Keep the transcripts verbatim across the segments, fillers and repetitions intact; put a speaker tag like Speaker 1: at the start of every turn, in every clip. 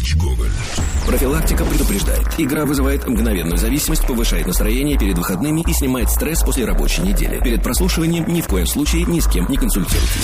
Speaker 1: Яковлевич Гоголь.
Speaker 2: Профилактика предупреждает. Игра вызывает мгновенную зависимость, повышает настроение перед выходными и снимает стресс после рабочей недели. Перед прослушиванием ни в коем случае ни с кем не консультируйтесь.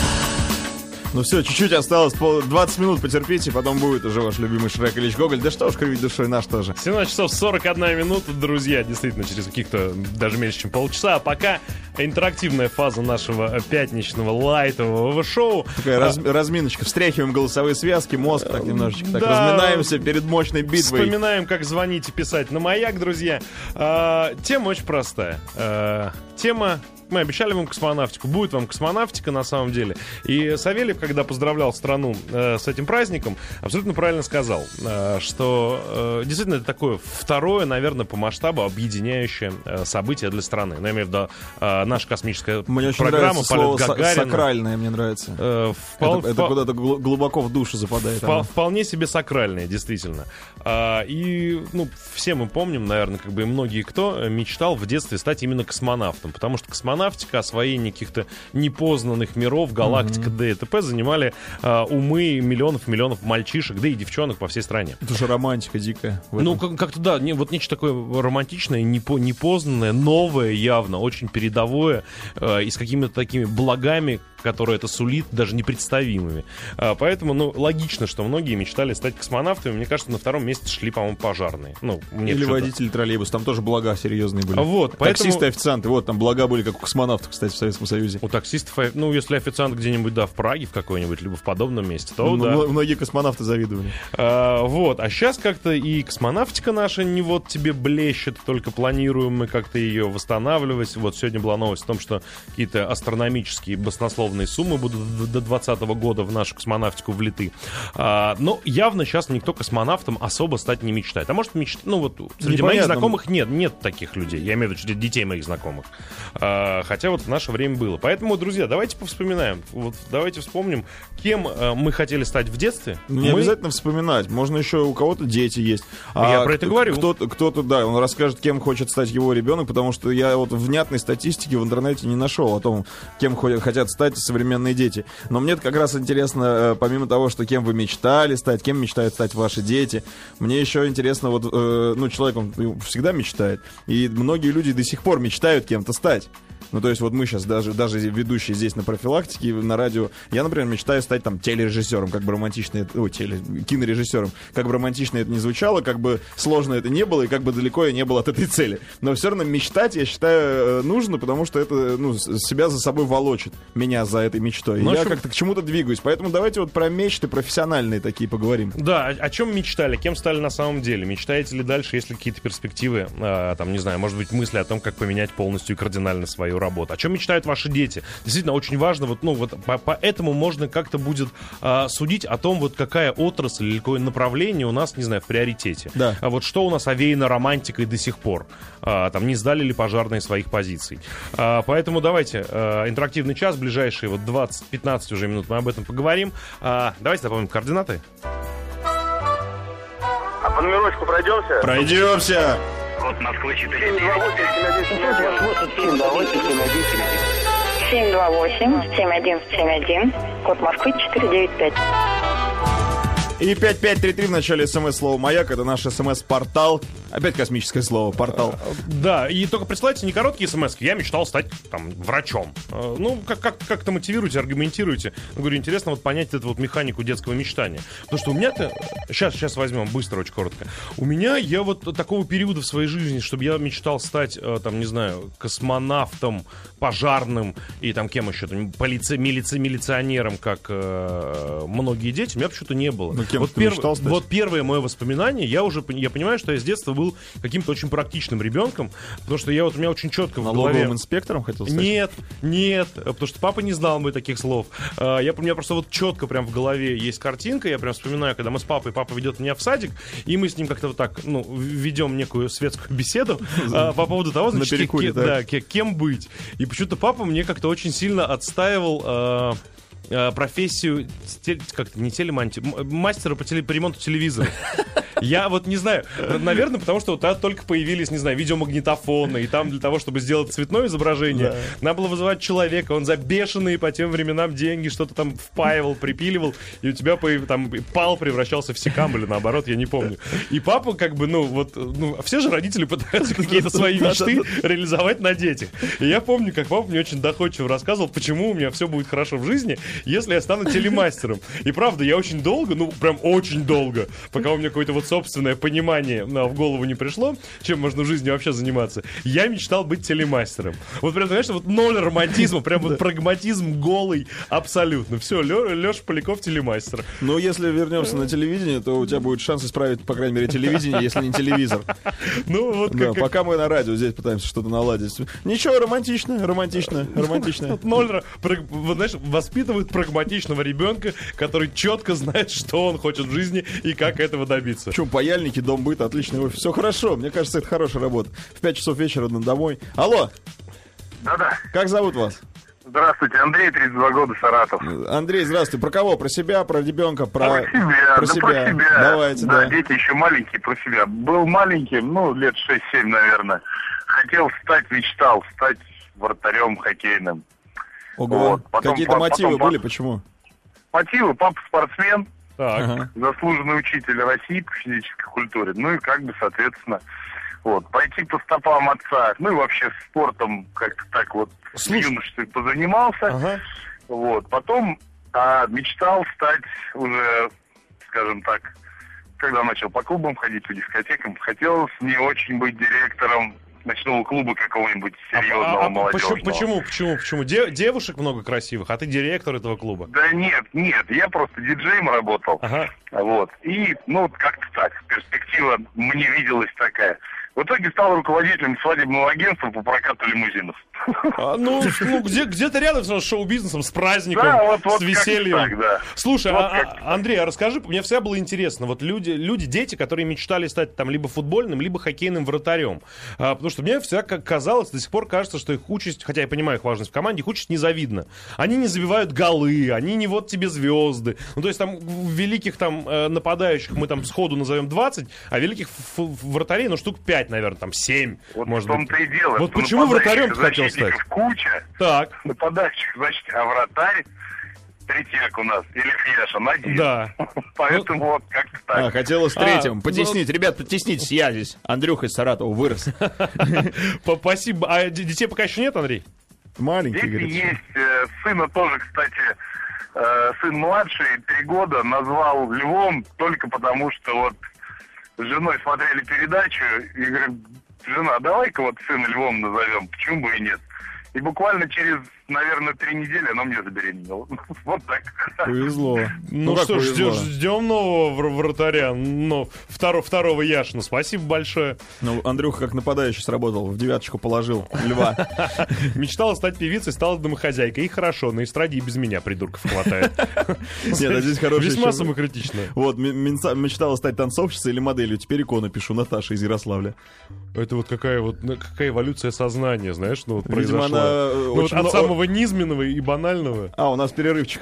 Speaker 3: Ну все, чуть-чуть осталось, двадцать минут потерпите, потом будет уже ваш любимый Шрек Ильич Гоголь. Да что уж кривить душой, наш тоже.
Speaker 4: семнадцать часов сорок одна минута, друзья, действительно, через каких-то даже меньше, чем полчаса. А пока интерактивная фаза нашего пятничного лайтового шоу.
Speaker 3: Такая раз, разминочка, встряхиваем голосовые связки, мозг так немножечко, так да, разминаемся перед мощной битвой.
Speaker 4: Вспоминаем, как звонить и писать на маяк, друзья. А, тема очень простая. А, тема... Мы обещали вам космонавтику. Будет вам космонавтика на самом деле. И Савельев, когда поздравлял страну э, с этим праздником, абсолютно правильно сказал, э, что э, действительно это такое второе, наверное, по масштабу объединяющее э, событие для страны. Ну, я имею в виду э, наша космическая
Speaker 3: мне
Speaker 4: программа,
Speaker 3: очень
Speaker 4: полет Гагарина.
Speaker 3: Сакральное мне нравится. Э, впол... Это, это впол... куда-то глубоко в душу западает.
Speaker 4: Впол... Вполне себе сакральное, действительно. А, и ну, все мы помним, наверное, как бы и многие кто мечтал в детстве стать именно космонавтом. Потому что космонавт освоение каких-то непознанных миров, галактик, mm-hmm. д и т.п. занимали а, умы миллионов-миллионов мальчишек, да и девчонок по всей стране.
Speaker 3: Это же романтика дикая.
Speaker 4: Ну, как- как-то да, не, вот нечто такое романтичное, непо- непознанное, новое явно, очень передовое, а, и с какими-то такими благами, которые это сулит, даже непредставимыми. А, поэтому, ну, логично, что многие мечтали стать космонавтами. Мне кажется, на втором месте шли, по-моему, пожарные. Ну, мне
Speaker 3: или водители троллейбуса, там тоже блага серьезные были.
Speaker 4: А вот,
Speaker 3: таксисты,
Speaker 4: поэтому...
Speaker 3: официанты, вот, там блага были, как у космонавтов, кстати, в Советском Союзе.
Speaker 4: У таксистов, ну, если официант где-нибудь, да, в Праге в какой-нибудь, либо в подобном месте, то
Speaker 3: ну,
Speaker 4: да.
Speaker 3: Многие космонавты завидовали.
Speaker 4: А, вот, а сейчас как-то и космонавтика наша не вот тебе блещет, только планируем мы как-то ее восстанавливать. Вот сегодня была новость о том, что какие-то астрономические баснословные суммы будут до двадцатого года в нашу космонавтику влиты. А, но явно сейчас никто космонавтом особо стать не мечтает. А может мечтать, ну вот среди Непонятно. моих знакомых нет, нет таких людей. Я имею в виду среди детей моих знакомых. А, хотя вот в наше время было. Поэтому, друзья, давайте повспоминаем. Вот давайте вспомним, кем а, мы хотели стать в детстве.
Speaker 3: Не
Speaker 4: мы...
Speaker 3: обязательно вспоминать. Можно еще у кого-то дети есть.
Speaker 4: Я
Speaker 3: а
Speaker 4: про это говорю.
Speaker 3: Кто-то, кто-то, да, он расскажет, кем хочет стать его ребенок, потому что я вот внятной статистики в интернете не нашел о том, кем хотят стать современные дети. Но мне как раз интересно, помимо того, что кем вы мечтали стать, кем мечтают стать ваши дети, мне еще интересно, вот, э, ну, человек, он всегда мечтает, и многие люди до сих пор мечтают кем-то стать. Ну, то есть вот мы сейчас даже, даже ведущие здесь на профилактике, на радио, я, например, мечтаю стать там телережиссером, как бы романтично это, ой, теле, кинорежиссером, как бы романтично это не звучало, как бы сложно это не было, и как бы далеко я не был от этой цели. Но все равно мечтать, я считаю, нужно, потому что это, ну, себя за собой волочит, меня за этой мечтой. И я общем... как-то к чему-то двигаюсь. Поэтому давайте вот про мечты профессиональные такие поговорим.
Speaker 4: Да, о, о чем мечтали, кем стали на самом деле? Мечтаете ли дальше, есть ли какие-то перспективы, а, там, не знаю, может быть, мысли о том, как поменять полностью и кардинально свою работу? О чем мечтают ваши дети? Действительно, очень важно, вот, ну, вот по- поэтому можно как-то будет а, судить о том, вот какая отрасль или какое направление у нас, не знаю, в приоритете.
Speaker 3: Да.
Speaker 4: А вот что у нас овеяно романтикой до сих пор? А, там, не сдали ли пожарные своих позиций? А, поэтому давайте, а, интерактивный час, ближайшие вот двадцать-пятнадцать уже минут мы об этом поговорим. А, давайте запомним координаты.
Speaker 5: А по номерочку пройдемся?
Speaker 3: Пройдемся!
Speaker 5: Вот Москвы четыре
Speaker 6: семь два восемь семь один семь один, код Москвы четыре девять пять.
Speaker 3: И пять пять три три в начале смс-слова «Маяк». Это наш смс-портал. Опять космическое слово, портал.
Speaker 4: Да, и только присылайте не короткие смс-ки. Я мечтал стать там врачом. Ну, как- как- как-то мотивируйте, аргументируйте. Я говорю, интересно вот понять эту вот механику детского мечтания. Потому что у меня-то... Сейчас, сейчас возьмем быстро, очень коротко. У меня, я вот такого периода в своей жизни, чтобы я мечтал стать, там, не знаю, космонавтом, пожарным и там кем еще, там, полиция, милиция, милиционером, как э, многие дети, у меня почему-то не было.
Speaker 3: Ну, кем
Speaker 4: вот,
Speaker 3: ты мечтал стать?
Speaker 4: вот первое мое воспоминание, я уже я понимаю, что я с детства был каким-то очень практичным ребенком, потому что я вот у меня очень четко в голове...
Speaker 3: Налоговым инспектором хотел стать?
Speaker 4: Нет, нет, потому что папа не знал бы таких слов. А, я, у меня просто вот четко прям в голове есть картинка, я прям вспоминаю, когда мы с папой, папа ведет меня в садик, и мы с ним как-то вот так, ну, ведем некую светскую беседу а, по поводу того, значит,
Speaker 3: перекуре,
Speaker 4: ке- да, ке- кем быть. И почему-то папа мне как-то очень сильно отстаивал... А, э, профессию, те, как не телемонти, мастера по, теле, по ремонту телевизора. Я вот не знаю, наверное, потому что вот тогда только появились, не знаю, видеомагнитофоны, и там для того, чтобы сделать цветное изображение, да. надо было вызывать человека, он за бешеные по тем временам деньги что-то там впаивал, припиливал, и у тебя там пал превращался в секам или наоборот, я не помню. И папа как бы, ну вот, ну, все же родители пытаются какие-то свои мечты реализовать на детях. И я помню, как папа мне очень доходчиво рассказывал, почему у меня все будет хорошо в жизни, если я стану телемастером. И правда, я очень долго, ну прям очень долго, пока у меня какое-то вот собственное понимание в голову не пришло, чем можно в жизни вообще заниматься, я мечтал быть телемастером. Вот прям, знаешь, вот ноль романтизма, прям вот прагматизм голый абсолютно. Все, Леша Поляков телемастер.
Speaker 3: Ну, если вернемся на телевидение, то у тебя будет шанс исправить, по крайней мере, телевидение, если не телевизор.
Speaker 4: Ну, вот
Speaker 3: да,
Speaker 4: как...
Speaker 3: Пока мы на радио здесь пытаемся что-то наладить. Ничего, романтично, романтично, романтично.
Speaker 4: Ноль, вот, знаешь, воспитывают прагматичного ребенка, который четко знает, что он хочет в жизни и как этого добиться.
Speaker 3: Почему паяльники, дом быта, отличный офис. Все хорошо, мне кажется, это хорошая работа. В пять часов вечера домой. Алло!
Speaker 5: Да-да.
Speaker 3: Как зовут вас?
Speaker 5: Здравствуйте, Андрей, тридцать два года, Саратов.
Speaker 3: Андрей, здравствуй. Про кого? Про себя, про ребенка? Про,
Speaker 5: про себя.
Speaker 3: Про,
Speaker 5: да
Speaker 3: себя.
Speaker 5: про себя.
Speaker 3: Давайте,
Speaker 5: да.
Speaker 3: да.
Speaker 5: Дети еще маленькие, про себя. Был маленьким, ну, лет шесть-семь, наверное. Хотел стать, мечтал стать вратарем хоккейным.
Speaker 3: Ого.
Speaker 5: Вот. Потом,
Speaker 3: Какие-то
Speaker 5: по,
Speaker 3: мотивы
Speaker 5: потом,
Speaker 3: были?
Speaker 5: по...
Speaker 3: Почему?
Speaker 5: Мотивы. Папа спортсмен.
Speaker 4: Так.
Speaker 3: Ага.
Speaker 5: Заслуженный учитель России по физической культуре. Ну и как бы, соответственно, вот, пойти по стопам отца. Ну и вообще спортом как-то так вот в юношестве позанимался.
Speaker 4: Ага.
Speaker 5: Вот. Потом а, мечтал стать уже, скажем так, когда начал по клубам ходить, по дискотекам, хотелось не очень быть директором ночного клуба какого-нибудь серьезного,
Speaker 4: а, а,
Speaker 5: молодежного.
Speaker 4: Почему, почему, почему, почему? Де, девушек много красивых, а ты директор этого клуба?
Speaker 5: Да нет, нет, я просто диджеем работал.
Speaker 4: Ага.
Speaker 5: Вот. И, ну, как-то так, перспектива мне виделась такая. В итоге стал руководителем свадебного агентства по прокату лимузинов.
Speaker 4: А, ну, ну где, где-то рядом с шоу-бизнесом, с праздником,
Speaker 5: да, вот, вот
Speaker 4: с весельем.
Speaker 5: Так, да.
Speaker 4: Слушай,
Speaker 5: вот
Speaker 4: а, Андрей, а расскажи, мне всегда было интересно, вот люди, люди, дети, которые мечтали стать там либо футбольным, либо хоккейным вратарем. А, потому что мне всегда казалось, до сих пор кажется, что их участь, хотя я понимаю их важность в команде, их участь незавидна. Они не забивают голы, они не вот тебе звезды. Ну, то есть там великих там нападающих мы там сходу назовем двадцать, а великих вратарей, ну, штук пять, наверное, там семь,
Speaker 5: вот
Speaker 4: может
Speaker 5: в том-то
Speaker 4: быть.
Speaker 5: и дело.
Speaker 4: Вот почему вратарем ты хотел стать?
Speaker 5: Куча.
Speaker 4: Так.
Speaker 5: Нападающих, значит, а вратарь третьяк у нас, или Фьяшин один.
Speaker 4: Да.
Speaker 5: Поэтому вот как-то так.
Speaker 3: А, хотелось третьим.
Speaker 4: А,
Speaker 3: потеснить. Ну... Ребят, потеснитесь, я здесь. Андрюха из Саратова вырос.
Speaker 4: Спасибо. А детей пока еще нет, Андрей?
Speaker 3: Маленький,
Speaker 5: дети
Speaker 3: говорит.
Speaker 5: есть. Сына тоже, кстати, сын младший, три года, назвал Львом только потому, что вот с женой смотрели передачу и говорят, жена, давай-ка вот сына Львом назовем, почему бы и нет. И буквально через, наверное, три недели она мне забеременела. Вот так.
Speaker 3: Повезло.
Speaker 4: Ну, ну что ж, ждем, ждем нового вратаря, ну, второго, второго Яшина. Спасибо большое.
Speaker 3: Ну, Андрюха как нападающий сработал, в девяточку положил льва.
Speaker 4: Мечтала стать певицей, стала домохозяйкой. И хорошо, на эстраде и без меня придурков хватает.
Speaker 3: Нет, а здесь хороший.
Speaker 4: Весьма самокритично.
Speaker 3: Вот, мечтала стать танцовщицей или моделью. Теперь икону пишу, Наташа из Ярославля.
Speaker 4: Это вот какая вот какая эволюция сознания, знаешь, ну вот
Speaker 3: Видимо,
Speaker 4: произошла.
Speaker 3: Она
Speaker 4: ну, вот от
Speaker 3: много...
Speaker 4: самого низменного и банального.
Speaker 3: А, у нас перерывчик.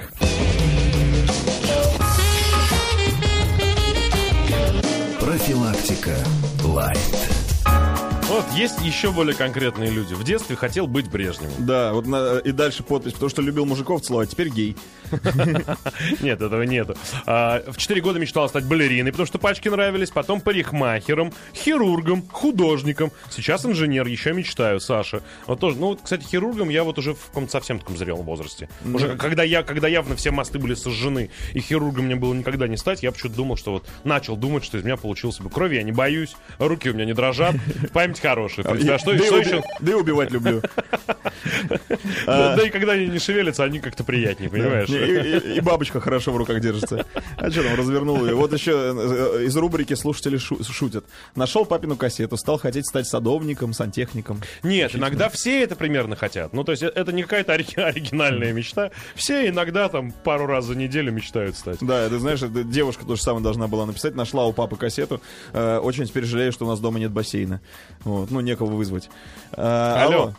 Speaker 2: Профилактика Лайт.
Speaker 3: Вот,
Speaker 4: есть еще более конкретные люди. В детстве хотел быть Брежневым.
Speaker 3: Да, вот на, и дальше подпись, потому что любил мужиков целовать, теперь гей.
Speaker 4: Нет, этого нету. А, в четыре года мечтал стать балериной, потому что пачки нравились, потом парикмахером, хирургом, художником. Сейчас инженер, еще мечтаю, Саша. Вот тоже, ну, вот, кстати, хирургом я вот уже в каком-то совсем таком зрелом возрасте. Уже
Speaker 3: Да.
Speaker 4: когда, я, когда явно все мосты были сожжены, и хирургом мне было никогда не стать, я почему-то думал, что вот начал думать, что из меня получился бы крови, я не боюсь, руки у меня не дрожат, память хорошая. То есть, а что,
Speaker 3: да,
Speaker 4: что
Speaker 3: и
Speaker 4: еще?
Speaker 3: уби- да и убивать люблю.
Speaker 4: Да, да и когда они не шевелятся, они как-то приятнее, понимаешь?
Speaker 3: И, и- и бабочка хорошо в руках держится. А что там, развернул ее. Вот еще э, из рубрики слушатели шу- шутят. Нашел папину кассету, стал хотеть стать садовником, сантехником.
Speaker 4: Нет, иногда все это примерно хотят. Ну, то есть это не какая-то ори- оригинальная мечта. Все иногда там пару раз за неделю мечтают стать.
Speaker 3: Да, ты знаешь, это девушка то же самое должна была написать. Нашла у папы кассету. Э, очень теперь жалею, что у нас дома нет бассейна. Вот, ну, некого вызвать. Э,
Speaker 4: Алло.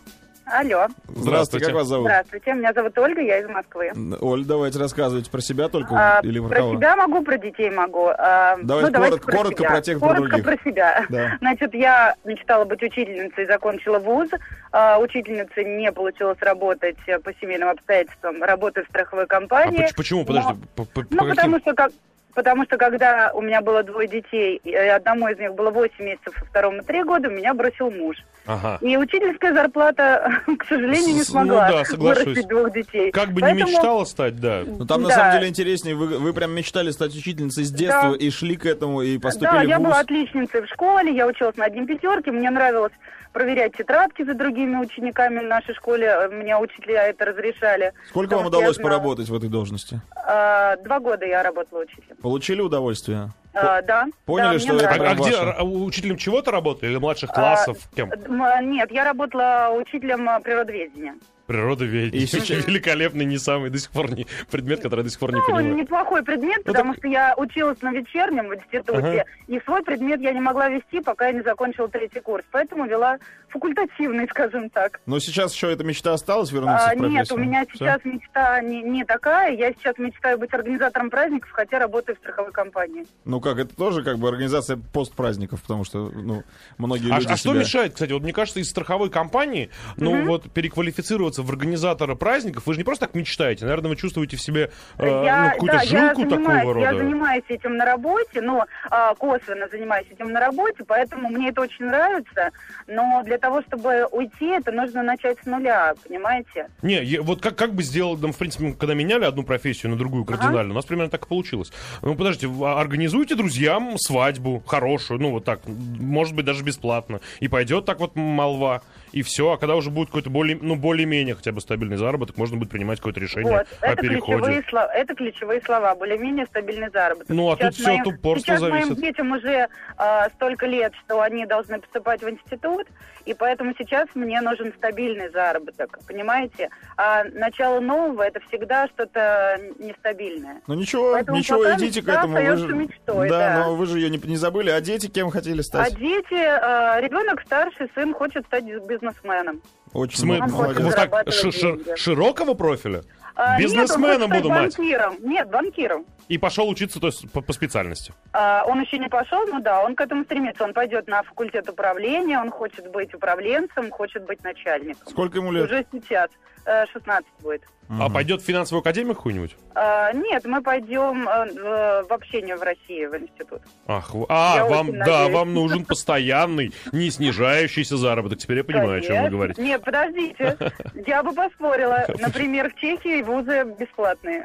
Speaker 6: Алло.
Speaker 3: Здравствуйте, как вас зовут?
Speaker 6: Здравствуйте, меня зовут Ольга, я из Москвы.
Speaker 3: Оль, давайте рассказывайте про себя только
Speaker 6: А,
Speaker 3: или про
Speaker 6: про
Speaker 3: кого?
Speaker 6: себя могу, про детей могу. А,
Speaker 3: Давайте
Speaker 6: ну, давайте
Speaker 3: коротко-
Speaker 6: про
Speaker 3: коротко
Speaker 6: себя.
Speaker 3: про тех, про
Speaker 6: Коротко
Speaker 3: других.
Speaker 6: про себя.
Speaker 3: Да.
Speaker 6: Значит, я мечтала быть учительницей, закончила вуз. А, учительницей не получилось работать по семейным обстоятельствам. Работаю в страховой
Speaker 4: А
Speaker 6: компании.
Speaker 4: поч- почему? Подожди,
Speaker 6: Но-
Speaker 4: по, по- по
Speaker 6: Ну,
Speaker 4: каким-
Speaker 6: потому что как... Потому что когда у меня было двое детей, и одному из них было восемь месяцев, а второму три года, меня бросил муж.
Speaker 4: Ага.
Speaker 6: И учительская зарплата, к сожалению, не
Speaker 4: С-
Speaker 6: смогла
Speaker 4: ну да, соглашусь.
Speaker 6: вырастить двух детей.
Speaker 4: Как бы
Speaker 6: Поэтому-
Speaker 4: не мечтала стать, да.
Speaker 3: Ну там на
Speaker 6: Да.
Speaker 3: самом деле интереснее, вы, вы прям мечтали стать учительницей с детства
Speaker 6: Да.
Speaker 3: и шли к этому, и поступили
Speaker 6: Да,
Speaker 3: в
Speaker 6: я
Speaker 3: вуз.
Speaker 6: была отличницей в школе, я училась на одни пятерки, мне нравилось проверять тетрадки за другими учениками в нашей школе, мне учителя это разрешали.
Speaker 3: Сколько
Speaker 6: Потому
Speaker 3: вам
Speaker 6: что я
Speaker 3: удалось
Speaker 6: знала.
Speaker 3: поработать в этой должности?
Speaker 6: А, два года я работала учителем.
Speaker 3: Получили удовольствие?
Speaker 6: А, да.
Speaker 3: Поняли,
Speaker 6: да,
Speaker 3: что
Speaker 6: мне
Speaker 3: это
Speaker 4: А,
Speaker 6: нравилось.
Speaker 4: а
Speaker 3: прям
Speaker 4: где
Speaker 3: ваше.
Speaker 4: а, учителем чего-то работали? Или младших
Speaker 6: А,
Speaker 4: классов? Кем?
Speaker 6: м, Нет, я работала учителем а, природоведения.
Speaker 4: Природоведение.
Speaker 3: И сейчас-
Speaker 4: Великолепный, не самый до сих пор не предмет, который я до сих пор не
Speaker 6: Ну,
Speaker 4: понимаю.
Speaker 6: неплохой предмет,
Speaker 4: Ну,
Speaker 6: потому что я училась на вечернем в институте,
Speaker 4: Ага.
Speaker 6: и свой предмет я не могла вести, пока я не закончила третий курс. Поэтому вела факультативный, скажем так.
Speaker 3: Но сейчас еще эта мечта осталась вернуться
Speaker 6: А,
Speaker 3: в профессию?
Speaker 6: нет, у меня
Speaker 3: Всё?
Speaker 6: сейчас мечта не, не такая. Я сейчас мечтаю быть организатором праздников, хотя работаю в страховой компании.
Speaker 3: Ну как, это тоже как бы организация постпраздников, потому что, ну, многие
Speaker 4: А,
Speaker 3: люди
Speaker 4: а что
Speaker 3: себя-
Speaker 4: мешает, кстати, вот мне кажется, из страховой компании, ну вот переквалифицироваться в организатора праздников, вы же не просто так мечтаете, наверное, вы чувствуете в себе э, ну, какую-то
Speaker 6: да, я
Speaker 4: жилку
Speaker 6: занимаюсь,
Speaker 4: такого
Speaker 6: я
Speaker 4: рода.
Speaker 6: занимаюсь этим на работе, но а, косвенно занимаюсь этим на работе, поэтому мне это очень нравится. Но для того, чтобы уйти, это нужно начать с нуля, понимаете?
Speaker 4: Не, я- вот как, как бы сделал, ну, в принципе, когда меняли одну профессию на другую кардинально, у нас примерно так и получилось. Ну, подождите, в- организуйте друзьям свадьбу хорошую, ну, вот так, может быть, даже бесплатно, и пойдет так вот молва, и все, а когда уже будет какой-то более, ну, более-менее хотя бы стабильный заработок, можно будет принимать какое-то решение
Speaker 6: Вот,
Speaker 4: о
Speaker 6: это ключевые,
Speaker 4: переходе.
Speaker 6: слова, это ключевые слова, более-менее стабильный заработок.
Speaker 4: Ну, а
Speaker 6: Сейчас
Speaker 4: тут всё
Speaker 6: моим-
Speaker 4: от упорства
Speaker 6: сейчас
Speaker 4: зависит.
Speaker 6: моим детям уже а, столько лет, что они должны поступать в институт, и поэтому сейчас мне нужен стабильный заработок, понимаете? А начало нового — это всегда что-то нестабильное.
Speaker 3: Ну ничего,
Speaker 6: Поэтому
Speaker 3: ничего,
Speaker 6: пока
Speaker 3: идите к
Speaker 6: мечта
Speaker 3: этому. Вы
Speaker 6: остается
Speaker 3: же...
Speaker 6: мечтой,
Speaker 3: да,
Speaker 6: да.
Speaker 3: но вы же ее не, не забыли. А дети кем хотели
Speaker 6: А
Speaker 3: стать?
Speaker 6: дети, а, ребенок старший, сын хочет стать бизнесменом.
Speaker 3: Очень
Speaker 4: Смы-
Speaker 6: Он
Speaker 3: молодец.
Speaker 6: хочет
Speaker 4: вот так
Speaker 6: зарабатывать
Speaker 4: ши- ши-
Speaker 6: деньги.
Speaker 4: широкого профиля?
Speaker 6: А,
Speaker 4: Бизнесменом
Speaker 6: нет,
Speaker 4: буду,
Speaker 6: он
Speaker 4: мать.
Speaker 6: хочет стать банкиром. Нет, банкиром.
Speaker 4: И пошел учиться, то есть, по, по специальности.
Speaker 6: А, он еще не пошел, ну да, он к этому стремится. Он пойдет на факультет управления, он хочет быть управленцем, хочет быть начальником.
Speaker 3: Сколько ему лет?
Speaker 6: Уже сейчас. э, шестнадцать будет.
Speaker 4: А пойдет в финансовую академию какую-нибудь?
Speaker 6: А, нет, мы пойдем э, в, в общение в России, в институт.
Speaker 4: Ах, в- а,
Speaker 6: Я
Speaker 4: вам,
Speaker 6: очень
Speaker 4: да,
Speaker 6: надеюсь.
Speaker 4: вам нужен постоянный, не снижающийся заработок. Теперь я понимаю, о чем вы
Speaker 6: Конечно.
Speaker 4: говорите.
Speaker 6: Нет, подождите. Я бы поспорила. Например, в Чехии вузы бесплатные.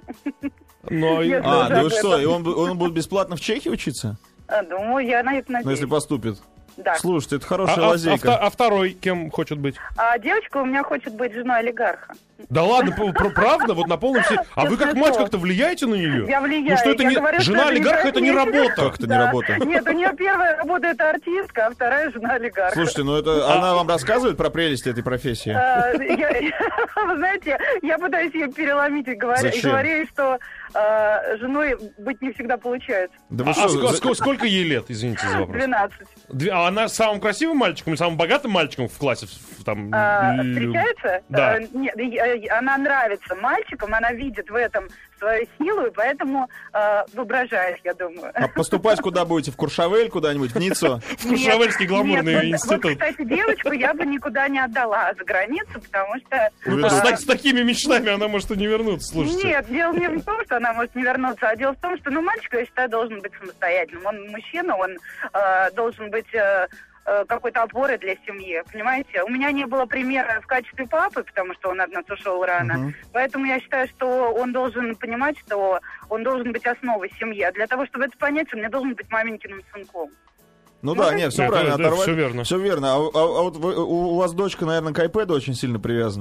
Speaker 4: Но и-
Speaker 6: Если
Speaker 3: А,
Speaker 6: уже
Speaker 3: да вы
Speaker 6: об
Speaker 3: что,
Speaker 6: этом.
Speaker 3: и он, бу- он будет бесплатно в Чехии учиться?
Speaker 6: А, Думаю, я на это
Speaker 3: Ну,
Speaker 6: надеюсь.
Speaker 3: если поступит.
Speaker 6: Да.
Speaker 3: Слушайте, это
Speaker 4: а,
Speaker 3: хорошая
Speaker 4: а- а
Speaker 3: лазейка.
Speaker 4: вто- а второй кем хочет быть?
Speaker 6: А девочка у меня хочет быть женой олигарха.
Speaker 4: Да ладно, п- про- правда, вот на полном все. А вы как
Speaker 6: Честное
Speaker 4: мать
Speaker 6: слово.
Speaker 4: как-то влияете на нее?
Speaker 6: Я влияю.
Speaker 4: Ну что это
Speaker 6: Я
Speaker 4: не
Speaker 6: говорю, что
Speaker 4: жена
Speaker 6: это не
Speaker 4: олигарха, это не
Speaker 6: профессия.
Speaker 4: работа.
Speaker 3: Как это не работа?
Speaker 6: Нет, у нее первая работа — это артистка, а вторая — жена олигарха.
Speaker 3: Слушайте, ну это она вам рассказывает про прелести этой профессии?
Speaker 6: А, я- Вы знаете, я пытаюсь ее переломить и говорю, и
Speaker 3: Зачем?
Speaker 6: говорю ей, что а, женой быть не всегда получается.
Speaker 3: Да
Speaker 4: А,
Speaker 3: вы
Speaker 4: а
Speaker 3: что,
Speaker 4: ск-
Speaker 3: за-
Speaker 4: ск- сколько ей лет, извините за вопрос?
Speaker 6: двенадцать.
Speaker 4: Две- а она с самым красивым мальчиком или самым богатым мальчиком в классе? в- Там,
Speaker 6: А,
Speaker 4: лю-
Speaker 6: встречается?
Speaker 4: Да.
Speaker 6: А, нет, и, э, она нравится мальчикам, она видит в этом свою силу, и поэтому а, воображает, я думаю.
Speaker 3: А поступать куда будете? В Куршавель куда-нибудь, в Ниццу?
Speaker 4: В Куршавельский
Speaker 6: Нет,
Speaker 4: гламурный
Speaker 6: нет, вот-
Speaker 4: институт.
Speaker 6: Вот, кстати, девочку я бы никуда не отдала за границу, потому что...
Speaker 4: Ну,
Speaker 6: а,
Speaker 4: с, так- с такими мечтами она может и не вернуться, слушайте.
Speaker 6: Нет, дело не в том, что она может не вернуться, а дело в том, что, ну, мальчик, я считаю, должен быть самостоятельным. Он мужчина, он э, должен быть э, э, какой-то опорой для семьи, понимаете? У меня не было примера в качестве папы, потому что он от нас ушел рано.
Speaker 3: Мгм.
Speaker 6: Поэтому я считаю, что он должен понимать, что он должен быть основой семьи. А для того, чтобы это понять, он не должен быть маменькиным сынком.
Speaker 3: Ну да, нет, все
Speaker 4: Да,
Speaker 3: правильно,
Speaker 4: да, да,
Speaker 3: оторвать.
Speaker 4: всё верно.
Speaker 3: Все верно. А, а- а вот вы- у, у вас дочка, наверное, к iPad очень сильно привязана.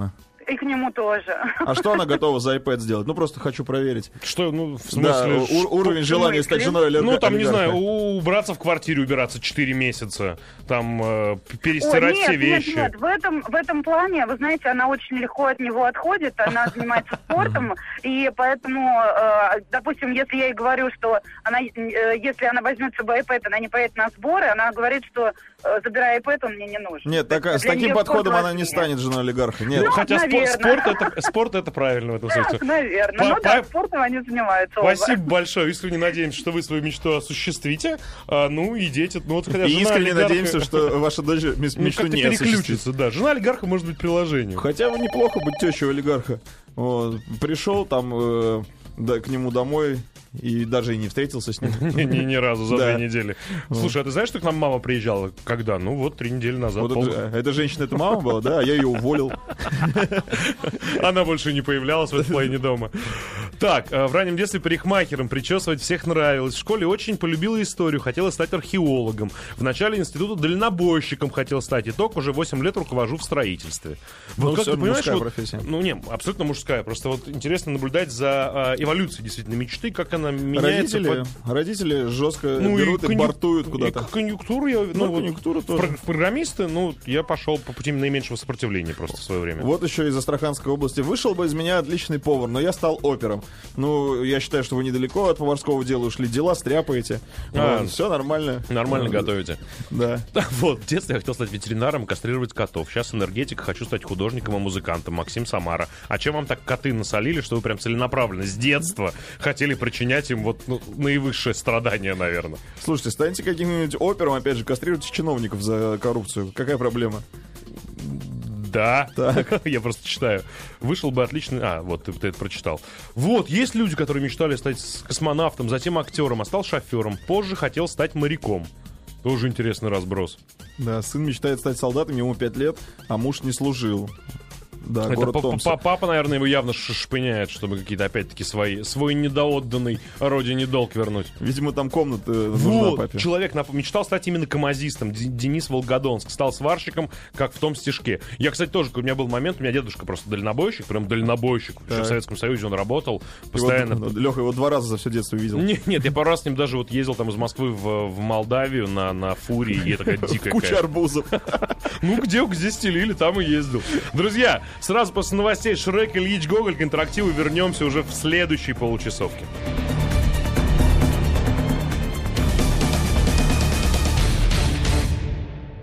Speaker 6: И к нему тоже.
Speaker 3: А что она готова за iPad сделать? Ну, просто хочу проверить.
Speaker 4: Что, ну, в смысле...
Speaker 3: Да, у- уровень желания стать женой олигарха.
Speaker 4: Ну, там, не знаю, убраться в квартире, убираться четыре месяца, там, э, перестирать
Speaker 6: Ой, нет,
Speaker 4: все вещи.
Speaker 6: Нет, нет, в этом, в этом плане, вы знаете, она очень легко от него отходит, она занимается спортом, и поэтому, э, допустим, если я ей говорю, что она, э, если она возьмет с собой iPad, она не поедет на сборы, она говорит, что э, забирай iPad, он мне не нужен.
Speaker 3: Нет, так, с
Speaker 6: Для
Speaker 3: таким
Speaker 6: нее
Speaker 3: подходом
Speaker 6: спорт
Speaker 3: она не
Speaker 6: важнее.
Speaker 3: станет женой олигарха. Нет.
Speaker 4: Ну, хотя спорт,
Speaker 6: наверное.
Speaker 4: спорт, это, спорт это правильно в этом смысле.
Speaker 6: Наверное.
Speaker 4: По-
Speaker 6: Ну да,
Speaker 4: по-
Speaker 6: спортом они занимаются оба.
Speaker 4: Спасибо большое. Искренне надеемся, что вы свою мечту осуществите. А, ну и дети. Ну, вот, хотя
Speaker 3: И
Speaker 4: жена
Speaker 3: искренне
Speaker 4: олигарха-
Speaker 3: надеемся, что ваша дочь мес-
Speaker 4: ну,
Speaker 3: мечту
Speaker 4: как-то
Speaker 3: не осуществит.
Speaker 4: переключится, да. Жена олигарха может быть приложением.
Speaker 3: Хотя бы неплохо быть тещей олигарха. Вот. Пришел там э, да, к нему домой и даже и не встретился с ним.
Speaker 4: Ни, ни, ни разу за
Speaker 3: Да.
Speaker 4: две недели. Слушай, а ты знаешь, что к нам мама приезжала? Когда? Ну вот, три недели назад.
Speaker 3: Вот
Speaker 4: Пол-
Speaker 3: это, эта женщина, это мама была, да? А я ее уволил.
Speaker 4: Она больше не появлялась в этой половине дома. Так, э, в раннем детстве парикмахером причесывать всех нравилось. В школе очень полюбила историю, хотела стать археологом. В начале института дальнобойщиком хотел стать. Итог, уже восемь лет руковожу в строительстве.
Speaker 3: Ну,
Speaker 4: Вот как
Speaker 3: всё
Speaker 4: ты понимаешь,
Speaker 3: мужская
Speaker 4: вот-
Speaker 3: профессия.
Speaker 4: ну не, абсолютно мужская. Просто вот интересно наблюдать за э, эволюцией действительно мечты, как она меняется.
Speaker 3: Родители,
Speaker 4: под-
Speaker 3: родители жестко
Speaker 4: Ну,
Speaker 3: берут и,
Speaker 4: конъюн-
Speaker 3: бортуют
Speaker 4: и
Speaker 3: куда-то.
Speaker 4: к- конъюнктуру я...
Speaker 3: Ну,
Speaker 4: вот
Speaker 3: конъюнктура
Speaker 4: в
Speaker 3: тоже.
Speaker 4: пр- в программисты, ну, я пошел по пути наименьшего сопротивления просто в свое время.
Speaker 3: Вот еще из Астраханской области. Вышел бы из меня отличный повар, но я стал опером. Ну, я считаю, что вы недалеко от поварского дела ушли. Дела стряпаете.
Speaker 4: А.
Speaker 3: все нормально.
Speaker 4: Нормально
Speaker 3: Ну,
Speaker 4: готовите.
Speaker 3: Да.
Speaker 4: Вот, в детстве я хотел стать ветеринаром, кастрировать котов. Сейчас энергетик, хочу стать художником и музыкантом. Максим Самара. А чем вам так коты насолили, что вы прям целенаправленно с детства хотели причинять им вот ну, наивысшее страдание, наверное?
Speaker 3: Слушайте, станьте каким-нибудь опером, опять же, кастрируйте чиновников за коррупцию. Какая проблема?
Speaker 4: Да, я просто читаю. Вышел бы отличный... А, вот, ты, ты это прочитал. Вот, есть люди, которые мечтали стать с- космонавтом, затем актером, а стал шофером. Позже хотел стать моряком. Тоже интересный разброс.
Speaker 3: Да, сын мечтает стать солдатом, ему пять лет, а муж не служил. Да,
Speaker 4: Это
Speaker 3: город
Speaker 4: па-
Speaker 3: Томск.
Speaker 4: па- папа, наверное, его явно ш- шпыняет, чтобы какие-то, опять-таки, свои, свой недоотданный родине долг вернуть.
Speaker 3: Видимо, там комната нужна
Speaker 4: Вот,
Speaker 3: папе.
Speaker 4: человек нап- мечтал стать именно камазистом. Д- Денис Волгодонск. Стал сварщиком, как в том стишке. Я, кстати, тоже, у меня был момент, у меня дедушка просто дальнобойщик, прям дальнобойщик. Еще
Speaker 3: Так.
Speaker 4: в Советском Союзе он работал постоянно.
Speaker 3: Вот, Леха его два раза за все детство видел.
Speaker 4: Не- Нет, я пару раз с ним даже вот ездил там из Москвы в, в Молдавию на, на фурии, и такая дикая
Speaker 3: Куча
Speaker 4: какая.
Speaker 3: арбузов.
Speaker 4: Ну, где, где стелили, там и ездил. Друзья, сразу после новостей Шрек, Ильич Гоголь к интерактиву вернемся уже в следующей получасовке.